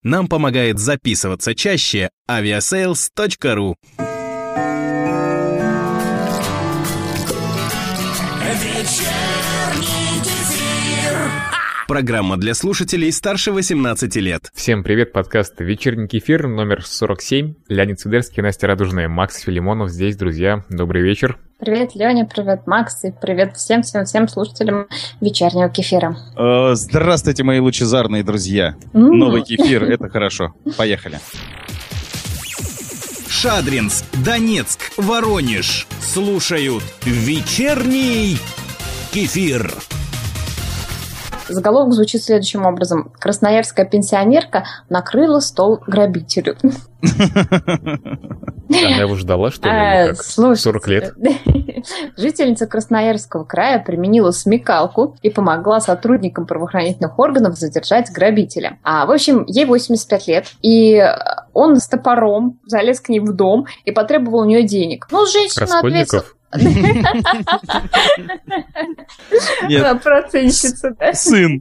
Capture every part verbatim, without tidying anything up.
Нам помогает записываться чаще авиасейлс точка ру. Программа для слушателей старше восемнадцати лет. Всем привет, подкаст «Вечерний кефир», номер сорок семь. Леонид Свидерский, Настя Радужная, Макс Филимонов здесь, друзья. Добрый вечер. Привет, Леня, привет, Макс, и привет всем-всем-всем слушателям «Вечернего кефира». Э, здравствуйте, мои лучезарные друзья. Mm. Новый кефир, это хорошо. Поехали. Шадринск, Донецк, Воронеж слушают «Вечерний кефир». Заголовок звучит следующим образом. Красноярская пенсионерка накрыла стол грабителю. Она его ждала, что ли? А, слушай, сорок лет? Жительница Красноярского края применила смекалку и помогла сотрудникам правоохранительных органов задержать грабителя. А, в общем, ей восемьдесят пять лет, и он с топором залез к ней в дом и потребовал у нее денег. Ну, женщина ответила... Нет. Процентщица, да? Сын.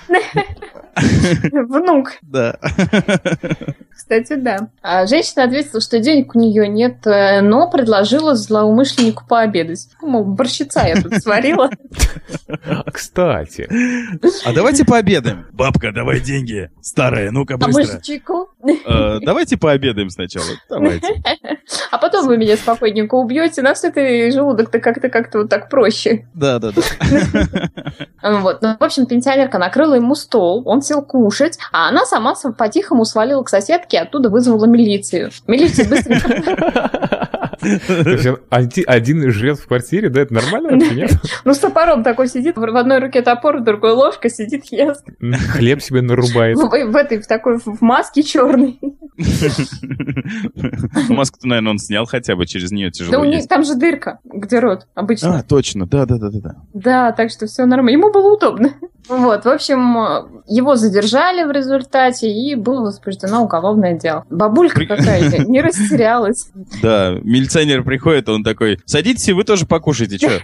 Внук. Да. Кстати, да. А женщина ответила, что денег у нее нет, но предложила злоумышленнику пообедать. Мол, борщица я тут сварила. Кстати. А давайте пообедаем. Бабка, давай деньги. Старая, ну-ка быстро. А может, чайку? Э, давайте пообедаем сначала. Давайте. А потом вы меня спокойненько убьете. На все это желудок-то как-то как-то вот так проще. Да, да, да. Вот. Ну, в общем, пенсионерка накрыла ему стол, он сел кушать, а она сама по-тихому свалила к соседке и оттуда вызвала милицию. Милиция быстренько... То есть он один, один жрет в квартире, да? Это нормально вообще, нет? Ну, с топором такой сидит, в одной руке топор, в другой ложка, сидит, ест. Хлеб себе нарубает. В, в этой, в такой, в маске черной. Маску-то, наверное, он снял хотя бы, через нее тяжело Да у есть. них там же дырка, где рот обычно. А, точно, да-да-да-да. Да, так что все нормально. Ему было удобно. Вот, в общем, его задержали в результате, и было возбуждено уголовное дело. Бабулька какая-то не растерялась. Да, милиционер приходит, он такой: садитесь, и вы тоже покушайте, что?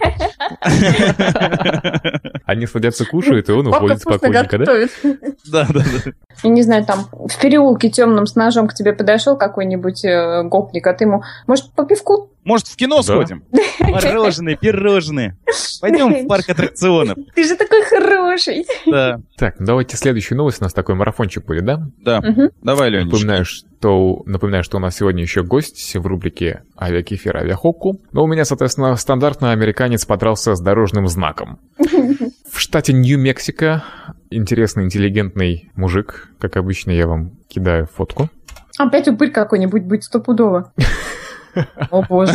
Они садятся, кушают, и он уходит спокойненько, да? Да, да, да. Я не знаю, там в переулке темным с ножом к тебе подошел какой-нибудь э, гопник, а ты ему, может, по пивку? Может, в кино сходим? Мороженое, пирожные. Пойдем в парк аттракционов. Ты же такой хороший. Да. Так, ну давайте следующую новость. У нас такой марафончик будет, да? Да. Давай, Ленечка. Напоминаю, что, напоминаю, что у нас сегодня еще гость в рубрике «Авиакефир, авиахокку». Но у меня, соответственно, стандартно американец подрался с дорожным знаком. В штате Нью-Мексико интересный, интеллигентный мужик. Как обычно, я вам кидаю фотку. Опять упырь какой-нибудь будет стопудово. О, боже.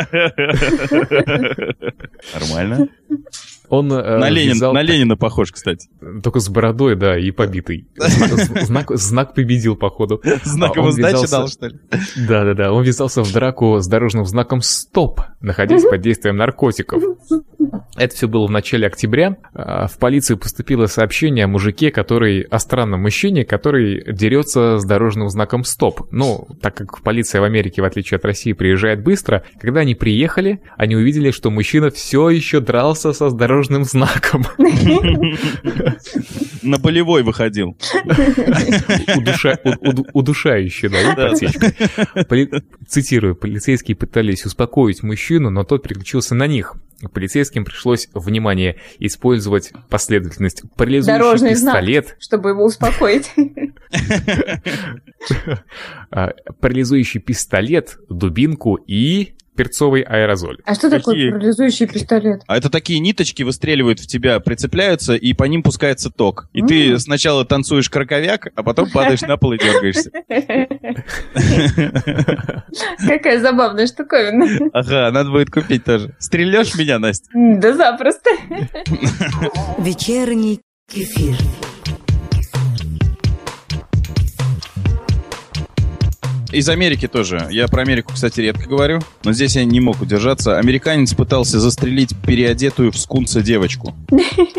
Нормально. Он, э, на, Ленин, вязал... на Ленина похож, кстати. Только с бородой, да, и побитый. Знак, знак победил, походу. Знак ему сдачи дал, что ли? Да-да-да, он ввязался в драку с дорожным знаком «Стоп», находясь под действием наркотиков. Это все было в начале октября. В полицию поступило сообщение о мужике, который, о странном мужчине, который дерется с дорожным знаком «Стоп». Ну, так как полиция в Америке, в отличие от России, приезжает быстро, когда они приехали, они увидели, что мужчина все еще дрался со дорожным знаком. На болевой выходил. Удушающий, да, подсечка. Цитирую: полицейские пытались успокоить мужчину, но тот переключился на них. Полицейским пришлось, внимание, использовать последовательность: парализующий дорожный пистолет, знак, чтобы его успокоить. Парализующий пистолет, дубинку и перцовый аэрозоль. А что такое парализующий пистолет? А это такие ниточки выстреливают в тебя, прицепляются, и по ним пускается ток. И ты сначала танцуешь краковяк, а потом падаешь на пол и дергаешься. Какая забавная штуковина. Ага, надо будет купить тоже. Стрельнешь в меня, Настя? Да запросто. Вечерний кефир. Из Америки тоже. Я про Америку, кстати, редко говорю, но здесь я не мог удержаться. Американец пытался застрелить переодетую в скунса девочку. У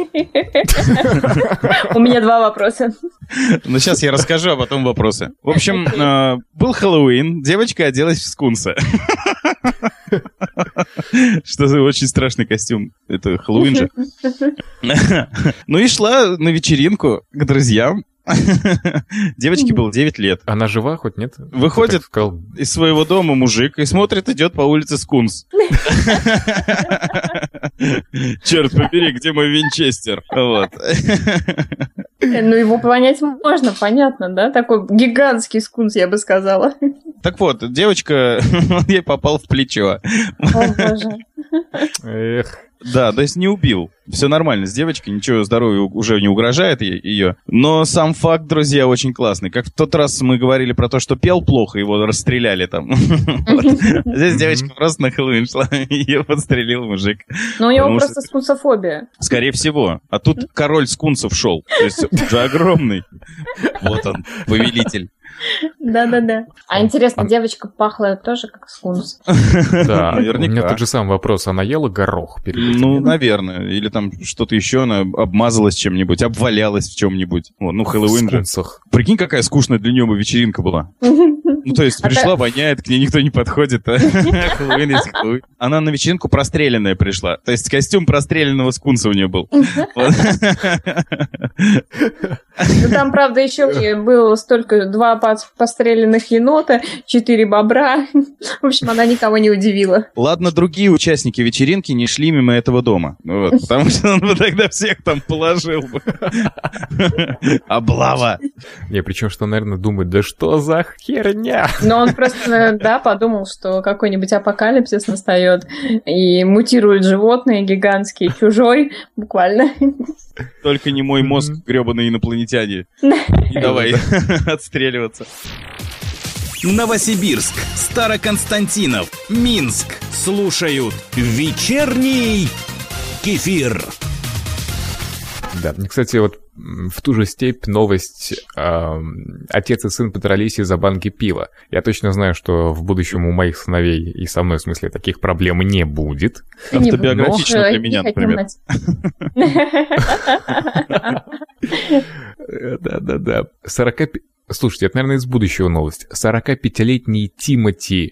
меня два вопроса. Ну, сейчас я расскажу, а потом вопросы. В общем, был Хэллоуин, девочка оделась в скунса. Что за очень страшный костюм. Это Хэллоуин же. Ну и шла на вечеринку к друзьям. Девочке было девять лет. Она жива хоть, нет? Выходит из своего дома мужик и смотрит, идет по улице скунс. Черт побери, где мой винчестер? Вот. Ну, его понять можно, понятно, да? Такой гигантский скунс, я бы сказала. Так вот, девочка, он ей попал в плечо. О, боже. Эх. Да, то есть не убил. Все нормально с девочкой, ничего здоровью уже не угрожает ее. Но сам факт, друзья, очень классный. Как в тот раз мы говорили про то, что пел плохо, его расстреляли там. Здесь девочка просто на Хэллоуин шла, ее подстрелил мужик. Ну, у него просто скунсофобия. Скорее всего. А тут король скунсов шел. То есть уже огромный. Вот он, повелитель. Да-да-да. А интересно, а... девочка пахла тоже как скунс? Да, наверняка. У меня тот же самый вопрос. Она ела горох перед этим? Ну, наверное. Или там что-то еще, она обмазалась чем-нибудь, обвалялась в чем-нибудь. О, ну, Хэллоуин же. Прикинь, какая скучная для нее бы вечеринка была. Ну, то есть пришла, воняет, к ней никто не подходит. Хэллоуин есть Хэллоуин. Она на вечеринку простреленная пришла. То есть костюм простреленного скунса у нее был. Ну, там, правда, еще было столько, два постреленных енота, четыре бобра. В общем, она никого не удивила. Ладно, другие участники вечеринки не шли мимо этого дома. Вот, потому что он бы тогда всех там положил бы. Облава. Не, причем, что, наверное, думает, да что за херня? Но он просто, да, подумал, что какой-нибудь апокалипсис настает, и мутируют животные гигантские, чужой, буквально. Только не мой мозг, гребаные инопланетяне. И давай отстреливаться. Новосибирск, Староконстантинов, Минск слушают вечерний кефир. Да, кстати, вот в ту же степь новость э, отец и сын подрались из-за банки пива. Я точно знаю, что в будущем у моих сыновей и со мной, в смысле, таких проблем не будет. Автобиографично для меня, например. Да-да-да. сорок... Слушайте, это, наверное, из будущего новость. сорокапятилетний Тимоти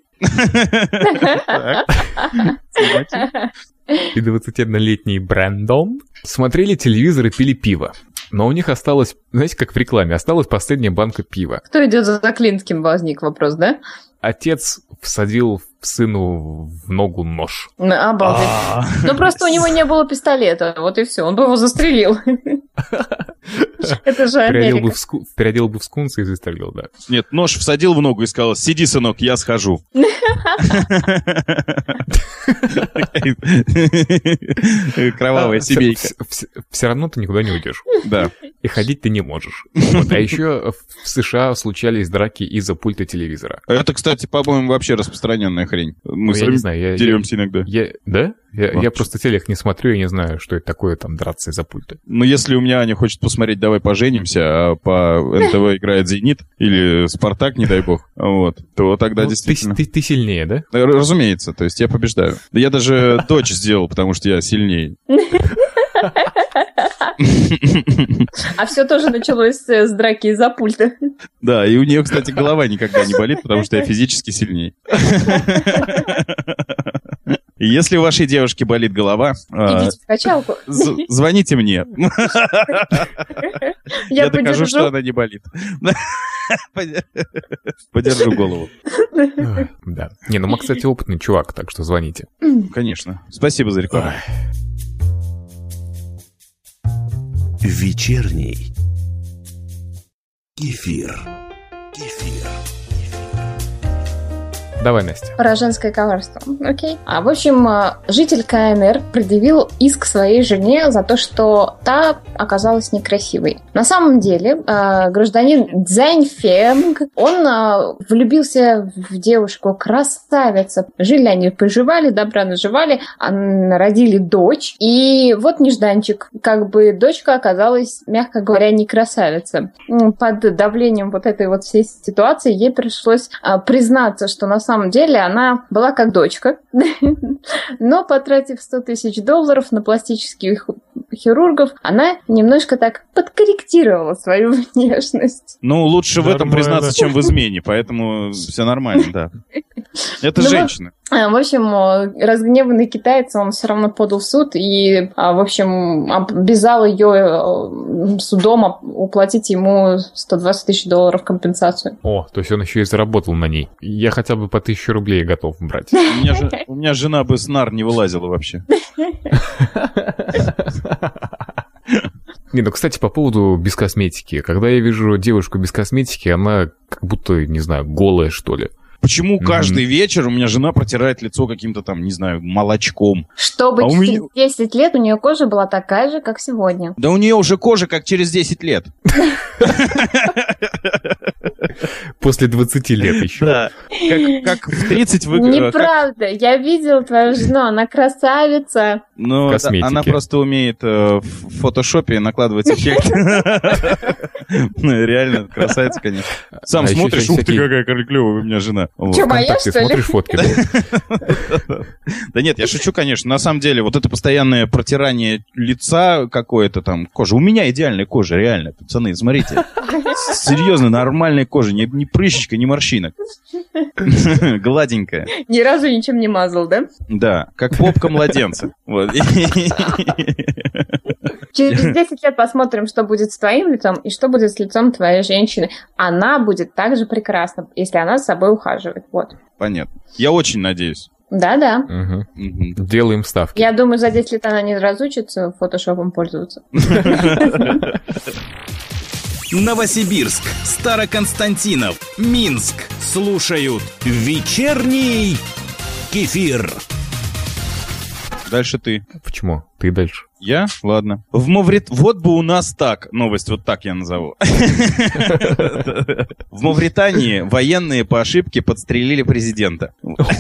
и двадцатиоднолетний Брэндон смотрели телевизор и пили пиво. Но у них осталось, знаете, как в рекламе, осталась последняя банка пива. Кто идет за Клинским, возник вопрос, да? Отец всадил сыну в ногу нож. Обалдеть. Ну, просто у него не было пистолета, вот и все, он бы его застрелил. Это же Америка. Переодел бы в скунса и застрелил, да. Нет, нож всадил в ногу и сказал: сиди, сынок, я схожу. Кровавая семейка. Все равно ты никуда не уйдешь. Да. И ходить ты не можешь. А еще в США случались драки из-за пульта телевизора. Это, кстати, по-моему, вообще распространенная хрень. Мы я не знаю, я деремся иногда. Да? Я просто телек не смотрю, я не знаю, что это такое, там, драться из-за пульта. Ну, если у меня Аня хочет посмотреть «Давай поженимся», а по эн тэ вэ играет «Зенит» или «Спартак», не дай бог, вот, то тогда действительно... Ты сильнее, да? Разумеется, то есть я побеждаю. Я даже дочь сделал, потому что я сильнее. А все тоже началось с драки из-за пульта. Да, и у нее, кстати, голова никогда не болит, потому что я физически сильнее. Если у вашей девушки болит голова, идите в качалку. Звоните мне. Я докажу, что она не болит. Подержу голову. Да. Не, ну, Макс, кстати, опытный чувак, так что звоните. Конечно. Спасибо за рекламу. Вечерний кефир. Кефир. Давай, Настя. Про женское коварство. Окей. А, в общем, житель ка эн эр предъявил иск своей жене за то, что та оказалась некрасивой. На самом деле, гражданин Цзянь Фэнг, он влюбился в девушку красавицу. Жили они, поживали, добра наживали, родили дочь. И вот нежданчик. Как бы дочка оказалась, мягко говоря, не красавица. Под давлением вот этой вот всей ситуации ей пришлось признаться, что на самом На самом деле она была как дочка, но потратив сто тысяч долларов на пластических хирургов, она немножко так подкорректировала свою внешность. Ну, лучше в этом признаться, чем в измене, поэтому все нормально, да. Это ну, женщина. В общем, разгневанный китаец, он все равно подал в суд и, в общем, обязал ее судом уплатить ему сто двадцать тысяч долларов компенсацию. О, то есть он еще и заработал на ней. Я хотя бы по тысяче рублей готов брать. У меня, же, у меня жена бы с нар не вылазила вообще. Не, ну, кстати, по поводу без косметики. Когда я вижу девушку без косметики, она как будто, не знаю, голая, что ли. Почему mm-hmm. каждый вечер у меня жена протирает лицо каким-то там, не знаю, молочком? Чтобы а через меня... десять лет у нее кожа была такая же, как сегодня. Да у нее уже кожа как через десять лет. После двадцати лет еще. Да. Как, как в тридцать вы... Неправда. Как... Я видела твою жену, она красавица. Ну, она просто умеет э, в фотошопе накладывать эффект. Реально красавица, конечно. Сам смотришь, ух ты, какая клевая у меня жена. Че, моя, что ли? Смотришь фотки. Да нет, я шучу, конечно. На самом деле, вот это постоянное протирание лица какое-то там, кожа. У меня идеальная кожа, реально, пацаны, смотрите. Серьезно, нормальная кожа, ни, ни прыщичка, ни морщинок. Гладенькая. Ни разу ничем не мазал, да? Да, как попка младенца. Вот. Через десять лет посмотрим, что будет с твоим лицом и что будет с лицом твоей женщины. Она будет также прекрасна, если она с собой ухаживает. Вот. Понятно. Я очень надеюсь. Да-да. Угу. Угу. Делаем ставки. Я думаю, за десять лет она не разучится фотошопом пользоваться. Новосибирск, Староконстантинов, Минск слушают «Вечерний кефир». Дальше ты. Почему? Ты дальше. Я? Ладно. В Маврит... Вот бы у нас так. Новость вот так я назову. В Мавритании военные по ошибке подстрелили президента.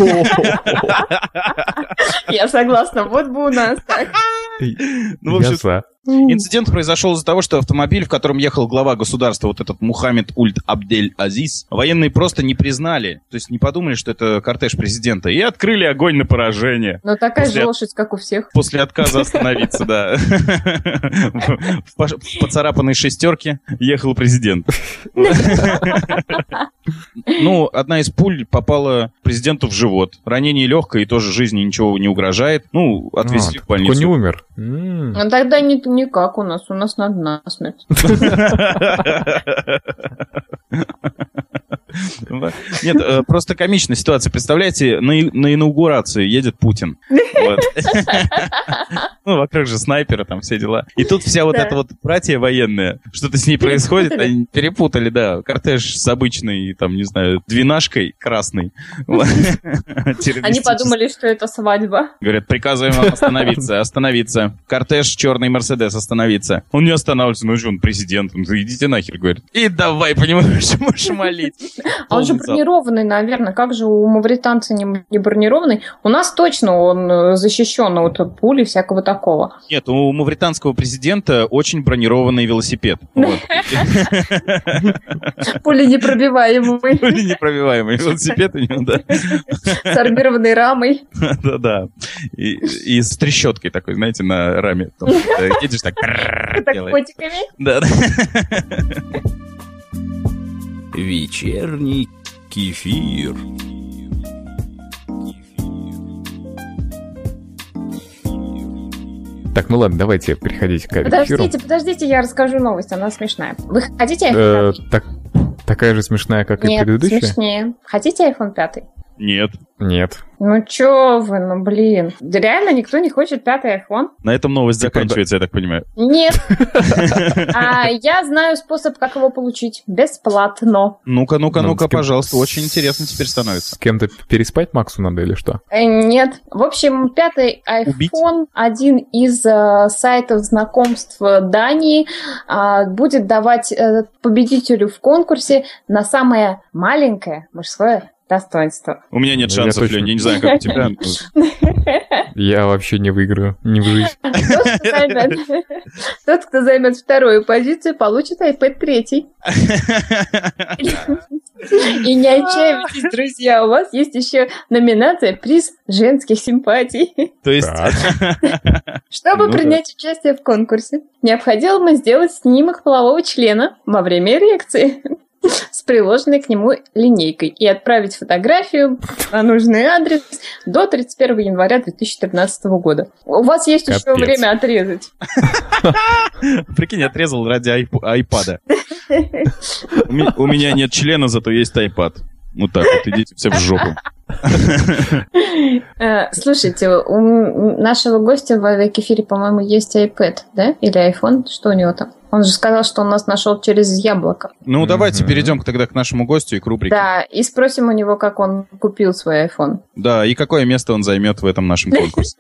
Я согласна. Вот бы у нас так. Ну, в общем, инцидент произошел из-за того, что автомобиль, в котором ехал глава государства, вот этот Мухаммед Ульд Абдель-Азиз, военные просто не признали, то есть не подумали, что это кортеж президента, и открыли огонь на поражение. Ну, такая же лошадь, как у всех. После отказа остановиться, да. В поцарапанной шестерке ехал президент. Ну, одна из пуль попала президенту в живот. Ранение легкое, и тоже жизни ничего не угрожает. Ну, отвезли в больницу. Он не умер. Ну, тогда не, не как у нас. У нас надо насмерть. Нет, просто комичная ситуация. Представляете, на, на инаугурацию едет Путин. Вот. Ну, вокруг же снайперы, там все дела. И тут вся вот эта вот братья военная, что-то с ней происходит, они перепутали, да, кортеж с обычной, там, не знаю, двенашкой красной. Они подумали, что это свадьба. Говорят, приказываем вам остановиться, остановиться. Кортеж черный Мерседес, остановиться. Он не останавливается, ну что, он президент, ну идите нахер, говорит. И давай, понимаешь, шмалить. А он же бронированный, наверное. Как же у мавританца не бронированный? У нас точно он защищен от пули всякого такого. Нет, у мавританского президента очень бронированный велосипед. Пуленепробиваемый. Пуленепробиваемый велосипед у него, да. С армированной рамой. Да-да. И с трещоткой такой, знаете, на раме. Едешь так. Так котиками. Да-да. Вечерний кефир. Так, ну ладно, давайте переходить к эфиру. Подождите, подождите, я расскажу новость, она смешная. Вы хотите айфон э, пять? Так, такая же смешная, как Нет, и предыдущая? Нет, смешнее. Хотите айфон пять? Нет. Нет. Ну чё вы, ну блин. Да реально никто не хочет пятый айфон? На этом новость заканчивается, я так понимаю. Нет. А я знаю способ, как его получить. Бесплатно. Ну-ка, ну-ка, ну-ка, пожалуйста. Очень интересно теперь становится. С кем-то переспать Максу надо или что? Нет. В общем, пятый айфон, один из э, сайтов знакомств Дании, э, будет давать э, победителю в конкурсе на самое маленькое мужское достоинство. У меня нет шансов, Лень, я не знаю, как у тебя. Я вообще не выиграю, не в жизнь. Тот, кто займет вторую позицию, получит iPad третий. И не отчаивайтесь, друзья, у вас есть еще номинация «Приз женских симпатий». То есть... Чтобы принять участие в конкурсе, необходимо сделать снимок полового члена во время эрекции. с приложенной к нему линейкой и отправить фотографию на нужный адрес до тридцать первого января две тысячи тринадцатого года. У вас есть Капец. еще время отрезать. Прикинь, отрезал ради айпада. У меня нет члена, зато есть айпад. Вот так вот, идите все в жопу. Слушайте, у нашего гостя в авиакефире, по-моему, есть iPad, да? Или iPhone? Что у него там? Он же сказал, что он нас нашел через яблоко. Ну, давайте перейдем тогда к нашему гостю и к рубрике. Да, и спросим у него, как он купил свой iPhone. Да, и какое место он займет в этом нашем конкурсе.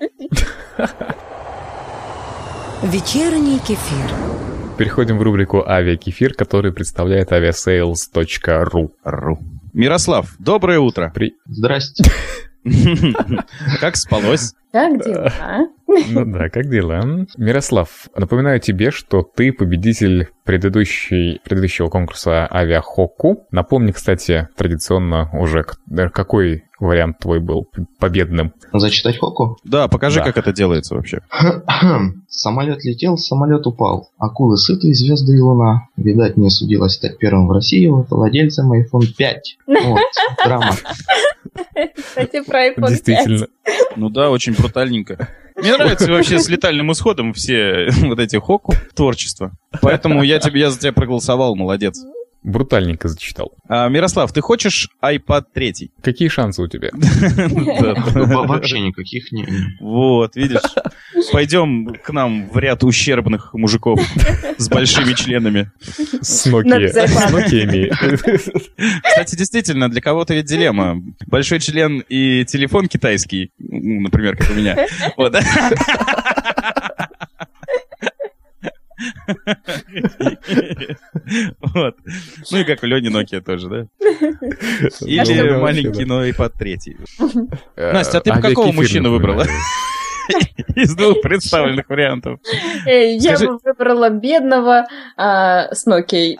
Вечерний кефир. Переходим в рубрику «Авиакефир», который представляет авиасейлс точка ру. Мирослав, доброе утро. При... Здрасте. Как спалось? Как дела? Ну да, как дела? Мирослав, напоминаю тебе, что ты победитель предыдущей, предыдущего конкурса «Авиахокку». Напомни, кстати, традиционно уже, какой вариант твой был победным. Зачитать хокку? Да, покажи, да. Как это делается вообще. Самолет летел, самолет упал. Акулы сытые, звезды и луна. Видать, не судилось стать первым в России владельцем айфон пять. Вот, драма. Кстати, про айфон пять. Действительно. Ну да, очень брутальненько. Мне нравится вообще с летальным исходом все вот эти хокку творчества. Поэтому я, тебе, я за тебя проголосовал, молодец. Брутальненько зачитал. А, Мирослав, ты хочешь айпад три? Какие шансы у тебя? Вообще никаких нет. Вот, видишь. Пойдем к нам в ряд ущербных мужиков с большими членами. С Нокиями. Кстати, действительно, для кого-то ведь дилемма. Большой член и телефон китайский, например, как у меня. Вот. Вот. Ну и как у Лёни Nokia тоже, да? Или маленький, но iPad три. Настя, а ты бы какого мужчину выбрала? Из двух представленных вариантов. Я бы выбрала бедного с Nokia.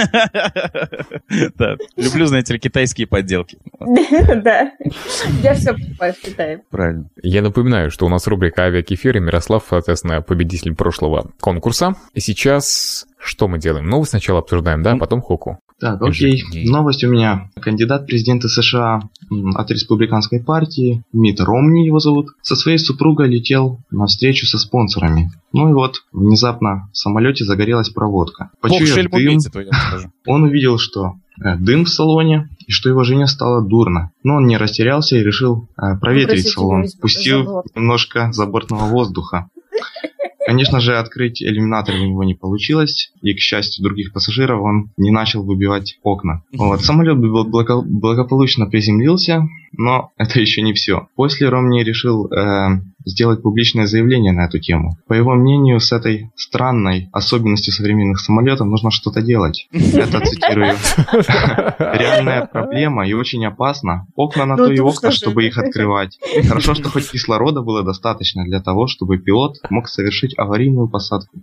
Да. Люблю, знаете ли, китайские подделки. Да. Я все покупаю в Китае. Правильно. Я напоминаю, что у нас рубрика «Авиакефир», и Мирослав, соответственно, победитель прошлого конкурса. И сейчас что мы делаем? Новость сначала обсуждаем, да, потом хокку. Так, окей. Новость у меня. Кандидат в президенты США от республиканской партии, Митт Ромни его зовут, со своей супругой летел на встречу со спонсорами. Ну и вот, внезапно в самолете загорелась проводка. Почуяв дым, он увидел, что дым в салоне, и что его жене стало дурно. Но он не растерялся и решил э, проветрить салон, пустив немножко забортного воздуха. Конечно же, открыть иллюминатор у него не получилось, и, к счастью других пассажиров, он не начал выбивать окна. Вот. Самолет благо- благополучно приземлился, но это еще не все. После Ромни решил э, сделать публичное заявление на эту тему. По его мнению, с этой странной особенностью современных самолетов нужно что-то делать. Это, цитирую, реальная проблема и очень опасно. Окна на то и окна, чтобы их открывать. Хорошо, что хоть кислорода было достаточно для того, чтобы пилот мог совершить аварийную посадку.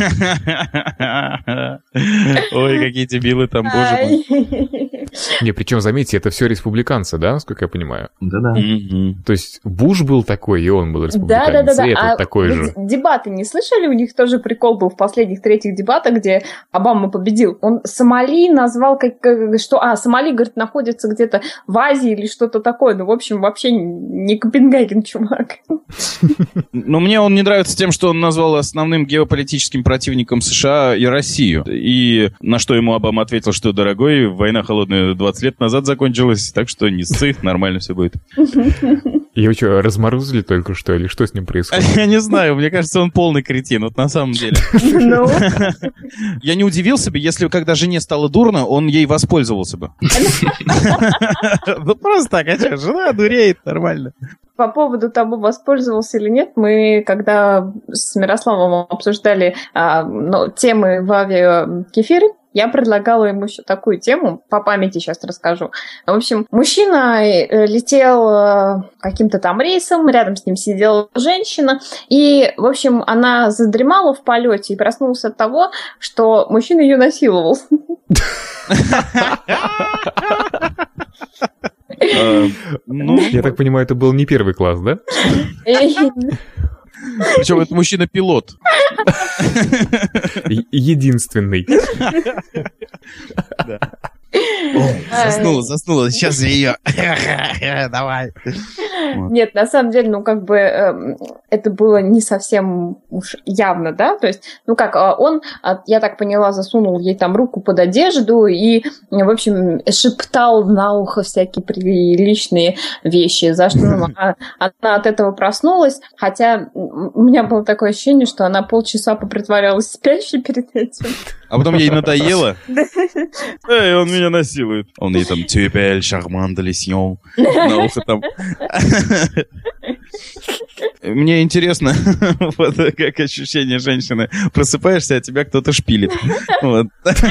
Ой, какие дебилы там, боже мой. Не, причем, заметьте, это все республиканцы, да, насколько я понимаю? Да-да. То есть Буш был такой, и он был республиканец, да, да, да, и этот а такой же. Дебаты не слышали? У них тоже прикол был в последних третьих дебатах, где Обама победил. Он Сомали назвал, как, что... А, Сомали, говорит, находится где-то в Азии или что-то такое. Ну, в общем, вообще не Копенгаген, чувак. Но мне он не нравится тем, что он назвал основным геополитическим противником США и Россию. И на что ему Обама ответил, что, дорогой, война холодная двадцать лет назад закончилась, так что не ссы, нормально все будет. Его что, разморозили только что, или что с ним происходит? Я не знаю, мне кажется, он полный кретин, вот на самом деле. Я не удивился бы, если когда жене стало дурно, он ей воспользовался бы. Ну просто так, а что, жена дуреет, нормально. По поводу того, воспользовался или нет, мы, когда с Мирославом обсуждали а, ну, темы в авиакефире, я предлагала ему еще такую тему, по памяти сейчас расскажу. В общем, мужчина летел каким-то там рейсом, рядом с ним сидела женщина, и, в общем, она задремала в полете и проснулась от того, что мужчина ее насиловал. Я так понимаю, это был не первый класс, да? Причем это мужчина-пилот. Единственный. Заснула, заснула, сейчас я ее. Давай. Нет, на самом деле, ну, как бы, э, это было не совсем уж явно, да, то есть, ну, как, он, я так поняла, засунул ей там руку под одежду и, в общем, шептал на ухо всякие приличные вещи, за что ну, она, она от этого проснулась, хотя у меня было такое ощущение, что она полчаса попритворялась спящей перед этим. А потом ей надоело. Эй, он меня насилует. Он ей там «Tu es belle, charmante, délicieuse». На ухо там. Мне интересно, вот как ощущение женщины. Просыпаешься, а тебя кто-то шпилит. Вот.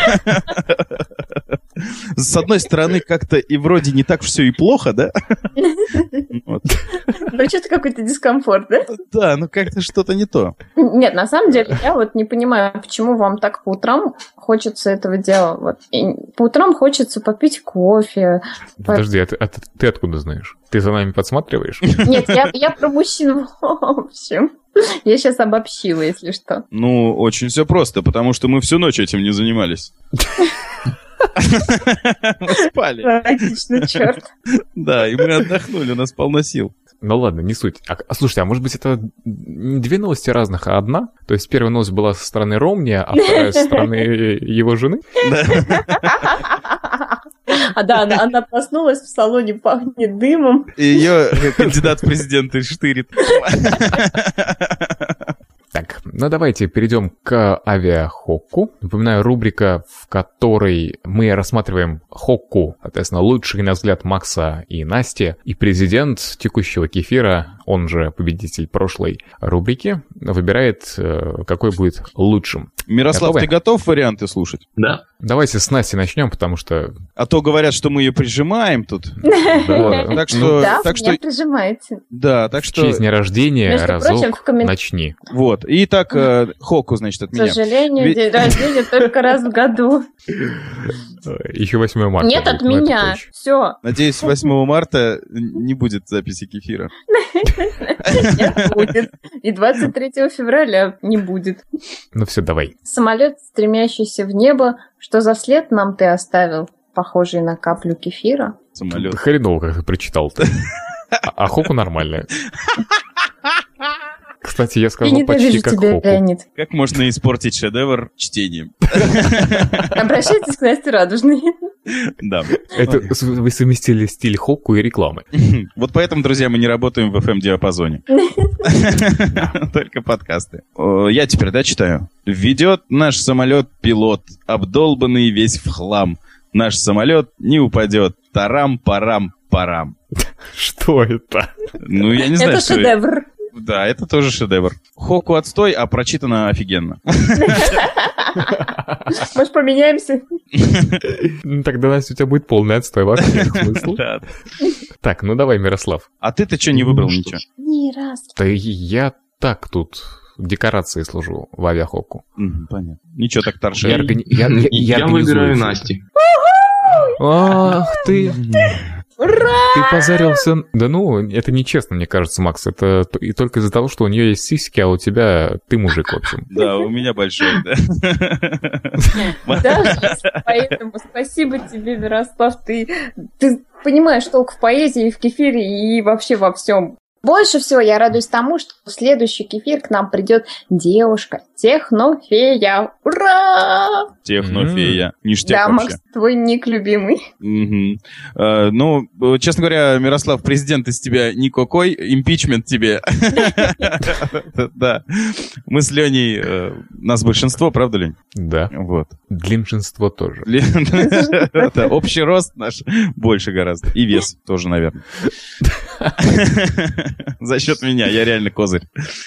С одной стороны, как-то и вроде не так все и плохо, да? Вот. Ну, что-то какой-то дискомфорт, да? Да, ну как-то что-то не то. Нет, на самом деле, я вот не понимаю, почему вам так по утрам хочется этого дела. Вот. И по утрам хочется попить кофе. Подожди, по... а, ты, а ты откуда знаешь? Ты за нами подсматриваешь? Нет, я, я про мужчин в общем. Я сейчас обобщила, если что. Ну, очень все просто, потому что мы всю ночь этим не занимались. Мы спали. Логично, черт. Да, и мы отдохнули, у нас полно сил. Ну ладно, не суть. А, а слушайте, а может быть это не две новости разных, а одна? То есть первая новость была со стороны Ромни, а вторая со стороны его жены? А да, она, она проснулась, в салоне пахнет дымом. И ее кандидат в президенты штырит. Так, ну давайте перейдем к авиахокку. Напоминаю, рубрика, в которой мы рассматриваем хокку, соответственно, лучший, на взгляд, Макса и Насти. И президент текущего кефира, он же победитель прошлой рубрики, выбирает, какой будет лучшим. Мирослав, Готовы? Ты готов варианты слушать? Да. Давайте с Настей начнем, потому что... А то говорят, что мы ее прижимаем тут. Так что... Да, меня прижимаете. Да, так что... В честь дня рождения разок начни. Вот. Итак, хокку, значит, от меня. К сожалению, день рождения только раз в году. Еще восьмое марта. Нет, от меня. Все. Надеюсь, восьмого марта не будет записи кефира. Нет, будет. И двадцать третьего февраля не будет. Ну все, давай. Самолет, стремящийся в небо, что за след нам ты оставил, похожий на каплю кефира? Самолет. Хреново, как ты прочитал-то. А хокку нормально. Кстати, я сказал почти как тебя, хокку. Леонид. Как можно испортить шедевр чтением? Обращайтесь к Насте Радужной. Да. Это вы совместили стиль хокку и рекламы. Вот поэтому, друзья, мы не работаем в эф эм-диапазоне. Только подкасты. Я теперь, да, читаю? Ведет наш самолет пилот, обдолбанный весь в хлам. Наш самолет не упадет. Тарам-парам-парам. Что это? Ну, я не знаю, это что шедевр. Это. Да, это тоже шедевр. Хокку отстой, а прочитано офигенно. Может, поменяемся? Тогда, Настя, у тебя будет полный отстой, вообще смысл. Так, ну давай, Мирослав. А ты-то что не выбрал ничего? Ни раз. Да я так тут декорации служу в авиахокку. Понятно. Ничего так торше. Я выбираю Насти. Ах ты... Ура! Ты позарился... Да ну, это нечестно, мне кажется, Макс. Это и только из-за того, что у нее есть сиськи, а у тебя ты мужик, в общем. Да, у меня большой, да. Да, поэтому спасибо тебе, Мирослав. Ты, ты понимаешь толк в поэзии, и в кефире, и вообще во всем. Больше всего я радуюсь тому, что в следующий кефир к нам придет девушка, технофея. Ура! Технофея. Mm-hmm. Ништяк да, вообще. Макс, твой ник любимый. Mm-hmm. Uh, ну, честно говоря, Мирослав, президент из тебя никакой, импичмент тебе. Да. Мы с Леней, нас большинство, правда, Лень? Да. Вот. Длиншинство тоже. Общий рост наш больше гораздо. И вес тоже, наверное. За счет меня, я реально козырь.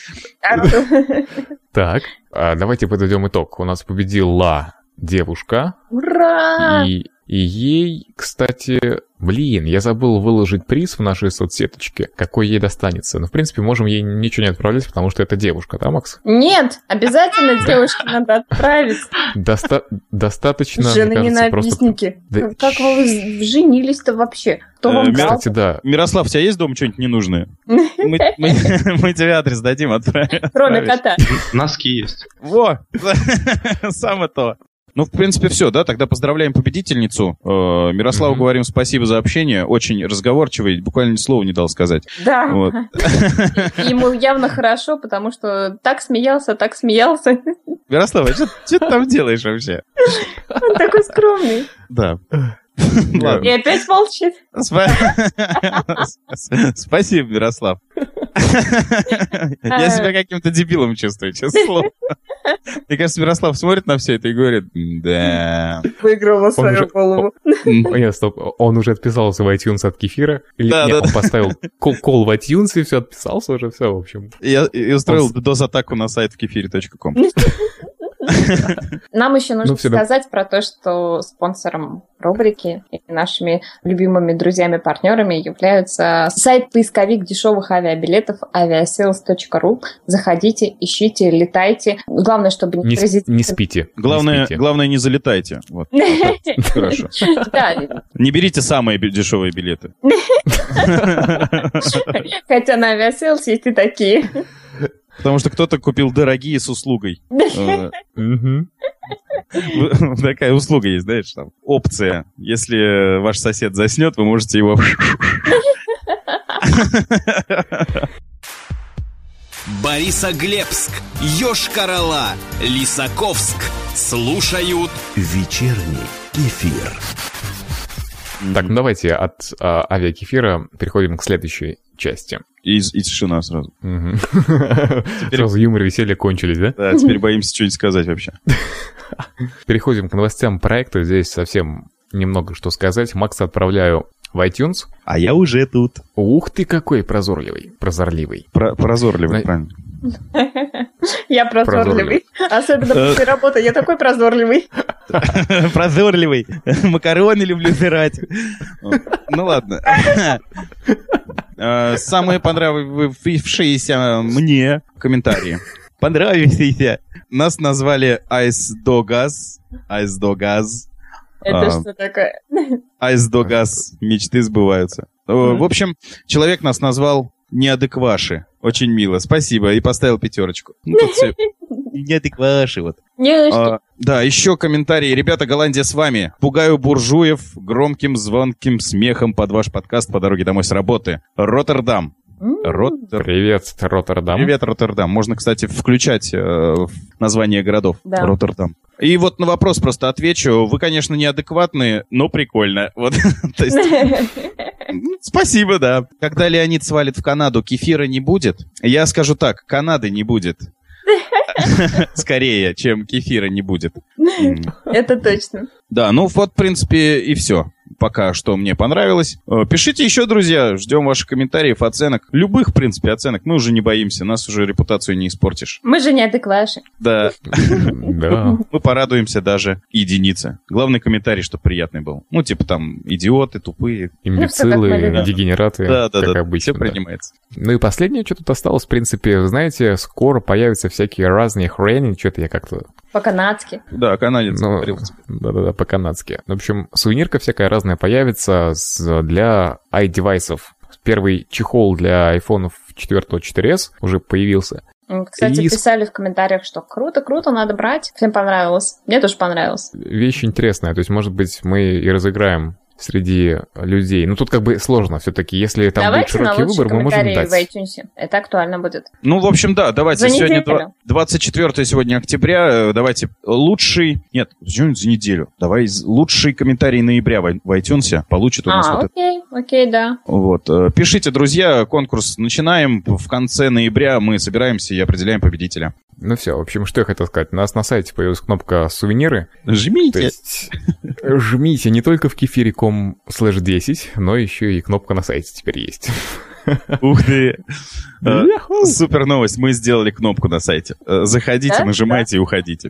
Так, а давайте подведем итог. У нас победила девушка. Ура! И, и ей, кстати, блин, я забыл выложить приз в нашей соцсеточке, какой ей достанется. Но, в принципе, можем ей ничего не отправлять, потому что это девушка, да, Макс? Нет, обязательно девушке надо отправить. Доста- достаточно, жены-ненавистники. Просто... Как вы женились-то вообще? Кто вам дал? Кстати, да. Мирослав, у тебя есть дома что-нибудь ненужное? Мы тебе адрес дадим, отправим. Кроме кота. Носки есть. Во! Самое то. Ну, в принципе, все, да? Тогда поздравляем победительницу. Э, Мирославу mm-hmm. говорим спасибо за общение. Очень разговорчивый, буквально ни слова не дал сказать. Да. Вот. Ему явно хорошо, потому что так смеялся, так смеялся. Мирослава, что ты там делаешь вообще? Он такой скромный. Да. И опять молчит. Спасибо, Мирослав. Я себя каким-то дебилом чувствую, честное слово. Мне кажется, Мирослав смотрит на все это и говорит, да. Выиграл на свою голову. Нет, стоп, он уже отписался в iTunes от кефира? Или нет, он поставил кол в iTunes и все, отписался уже, все, в общем. Я устроил дос-атаку на сайт в кефире точка ком. Нам еще нужно ну, сказать про то, что спонсором рубрики и нашими любимыми друзьями-партнерами являются сайт-поисковик дешевых авиабилетов авиасейлс точка ру. Заходите, ищите, летайте. Главное, чтобы не... Не, сп- не спите. Главное, не спите. Главное, не залетайте. Вот. Хорошо. Не берите самые дешевые билеты. Хотя на авиасейлс есть и такие. Потому что кто-то купил дорогие с услугой. Такая услуга есть, знаешь, там опция. Если ваш сосед заснет, вы можете его... Борисоглебск, Йошкар-Ола, Лисаковск слушают вечерний кефир. Так, ну давайте от а, авиакефира переходим к следующей части. И, и тишина сразу. Угу. Теперь... Сразу юмор и веселье кончились, да? Да, теперь боимся что-нибудь сказать вообще. Переходим к новостям проекта. Здесь совсем немного что сказать. Макса отправляю в iTunes. А я уже тут. Ух ты, какой прозорливый. Прозорливый. Про- прозорливый, На... правильно. Я прозорливый. Особенно после работы. Я такой прозорливый. Прозорливый. Макароны люблю жрать. Ну ладно. Самые понравившиеся мне комментарии. Понравившиеся. Нас назвали Айсдогаз. Айсдогаз. Это что такое? Айсдогаз. Мечты сбываются. В общем, человек нас назвал неадекваши. Очень мило. Спасибо. И поставил пятерочку. Ну, тут все... Неадекваши, вот. А, да, еще комментарии. Ребята, Голландия с вами. Пугаю буржуев громким звонким смехом под ваш подкаст по дороге домой с работы. Роттердам. Ротер... Привет, Роттердам. Привет, Роттердам. Можно, кстати, включать э, название городов. Да. Роттердам. И вот на вопрос просто отвечу. Вы, конечно, неадекватные, но прикольно. Вот. То есть... Спасибо, да. Когда Леонид свалит в Канаду, кефира не будет. Я скажу так, Канады не будет. Скорее, чем кефира не будет. Это точно. Да, ну вот, в принципе, и все. Пока что мне понравилось. Пишите еще, друзья. Ждем ваших комментариев, оценок. Любых, в принципе, оценок. Мы уже не боимся. Нас уже репутацию не испортишь. Мы же неадекваши. Да. Да. Мы порадуемся даже единице. Главный комментарий, чтобы приятный был. Ну, типа там идиоты, тупые. Имбецилы, дегенераты. Да, да, как да. обычно. Все принимается. Ну и последнее, что тут осталось, в принципе, знаете, скоро появятся всякие разные хрени. Что-то я как-то... По-канадски. Да, канадец ну, говорил. Да-да-да, по-канадски. В общем, сувенирка всякая разная появится для i-девайсов. Первый чехол для айфонов четыре, четыре эс уже появился. Кстати, и... писали в комментариях, что круто, круто, надо брать. Всем понравилось. Мне тоже понравилось. Вещь интересная. То есть, может быть, мы и разыграем среди людей. Ну, тут как бы сложно все-таки. Если там давайте будет широкий выбор, мы можем дать. В iTunes. Это актуально будет. Ну, в общем, да, давайте. За сегодня неделю. двадцать четвёртое сегодня октября. Давайте лучший... Нет, почему за неделю? Давай лучший комментарий ноября в iTunes получит у нас а, вот окей, это. окей, да. Вот. Пишите, друзья, конкурс начинаем. В конце ноября мы собираемся и определяем победителя. Ну все, в общем, что я хотел сказать. У нас на сайте появилась кнопка «Сувениры». Жмите! То есть, жмите не только в кефире точка ком слэш десять, но еще и кнопка на сайте теперь есть. Ух ты! Супер новость. Мы сделали кнопку на сайте. Заходите, нажимайте и уходите.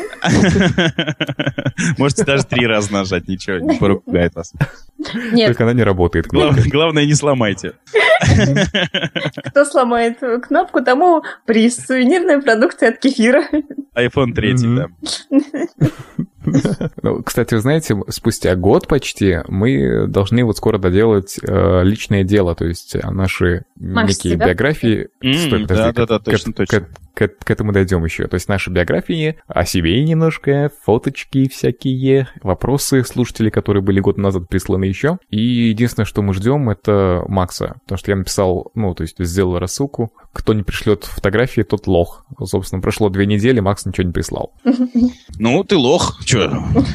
Можете даже три раза нажать, ничего, не поругает вас. Нет. Только она не работает. Главное, главное, не сломайте. Кто сломает кнопку, тому приз. Сувенирная продукция от кефира. айфон три, да. Ну, кстати, вы знаете, спустя год почти мы должны вот скоро доделать э, личное дело, то есть наши Макс, некие тебя? биографии... Mm, Стой, подожди, да, к, да, да, к, точно, к, точно. К, к, к этому дойдем еще. То есть наши биографии о себе немножко, фоточки всякие, вопросы слушателей, которые были год назад присланы еще. И единственное, что мы ждем, это Макса. Потому что я написал, ну, то есть сделал рассылку. Кто не пришлет фотографии, тот лох. Собственно, прошло две недели, Макс ничего не прислал. Ну, ты лох. Че?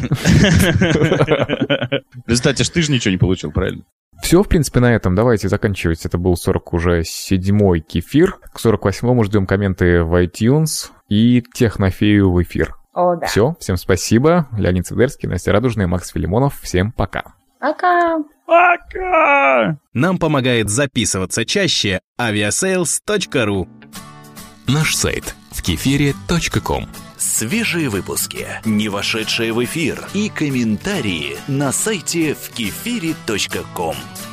В результате ж ты же ничего не получил, правильно? Все, в принципе, на этом. Давайте заканчивать. Это был сорок седьмой кефир. К сорок восьмому ждем комменты в iTunes и Технофею в эфир. О, да. Все, всем спасибо. Леонид Цедерский, Настя Радужная, Макс Филимонов. Всем пока. Пока. Пока! Нам помогает записываться чаще авиасейлс точка ру. Наш сайт в кефире точка ком. Свежие выпуски, не вошедшие в эфир и комментарии на сайте в кефире точка ком.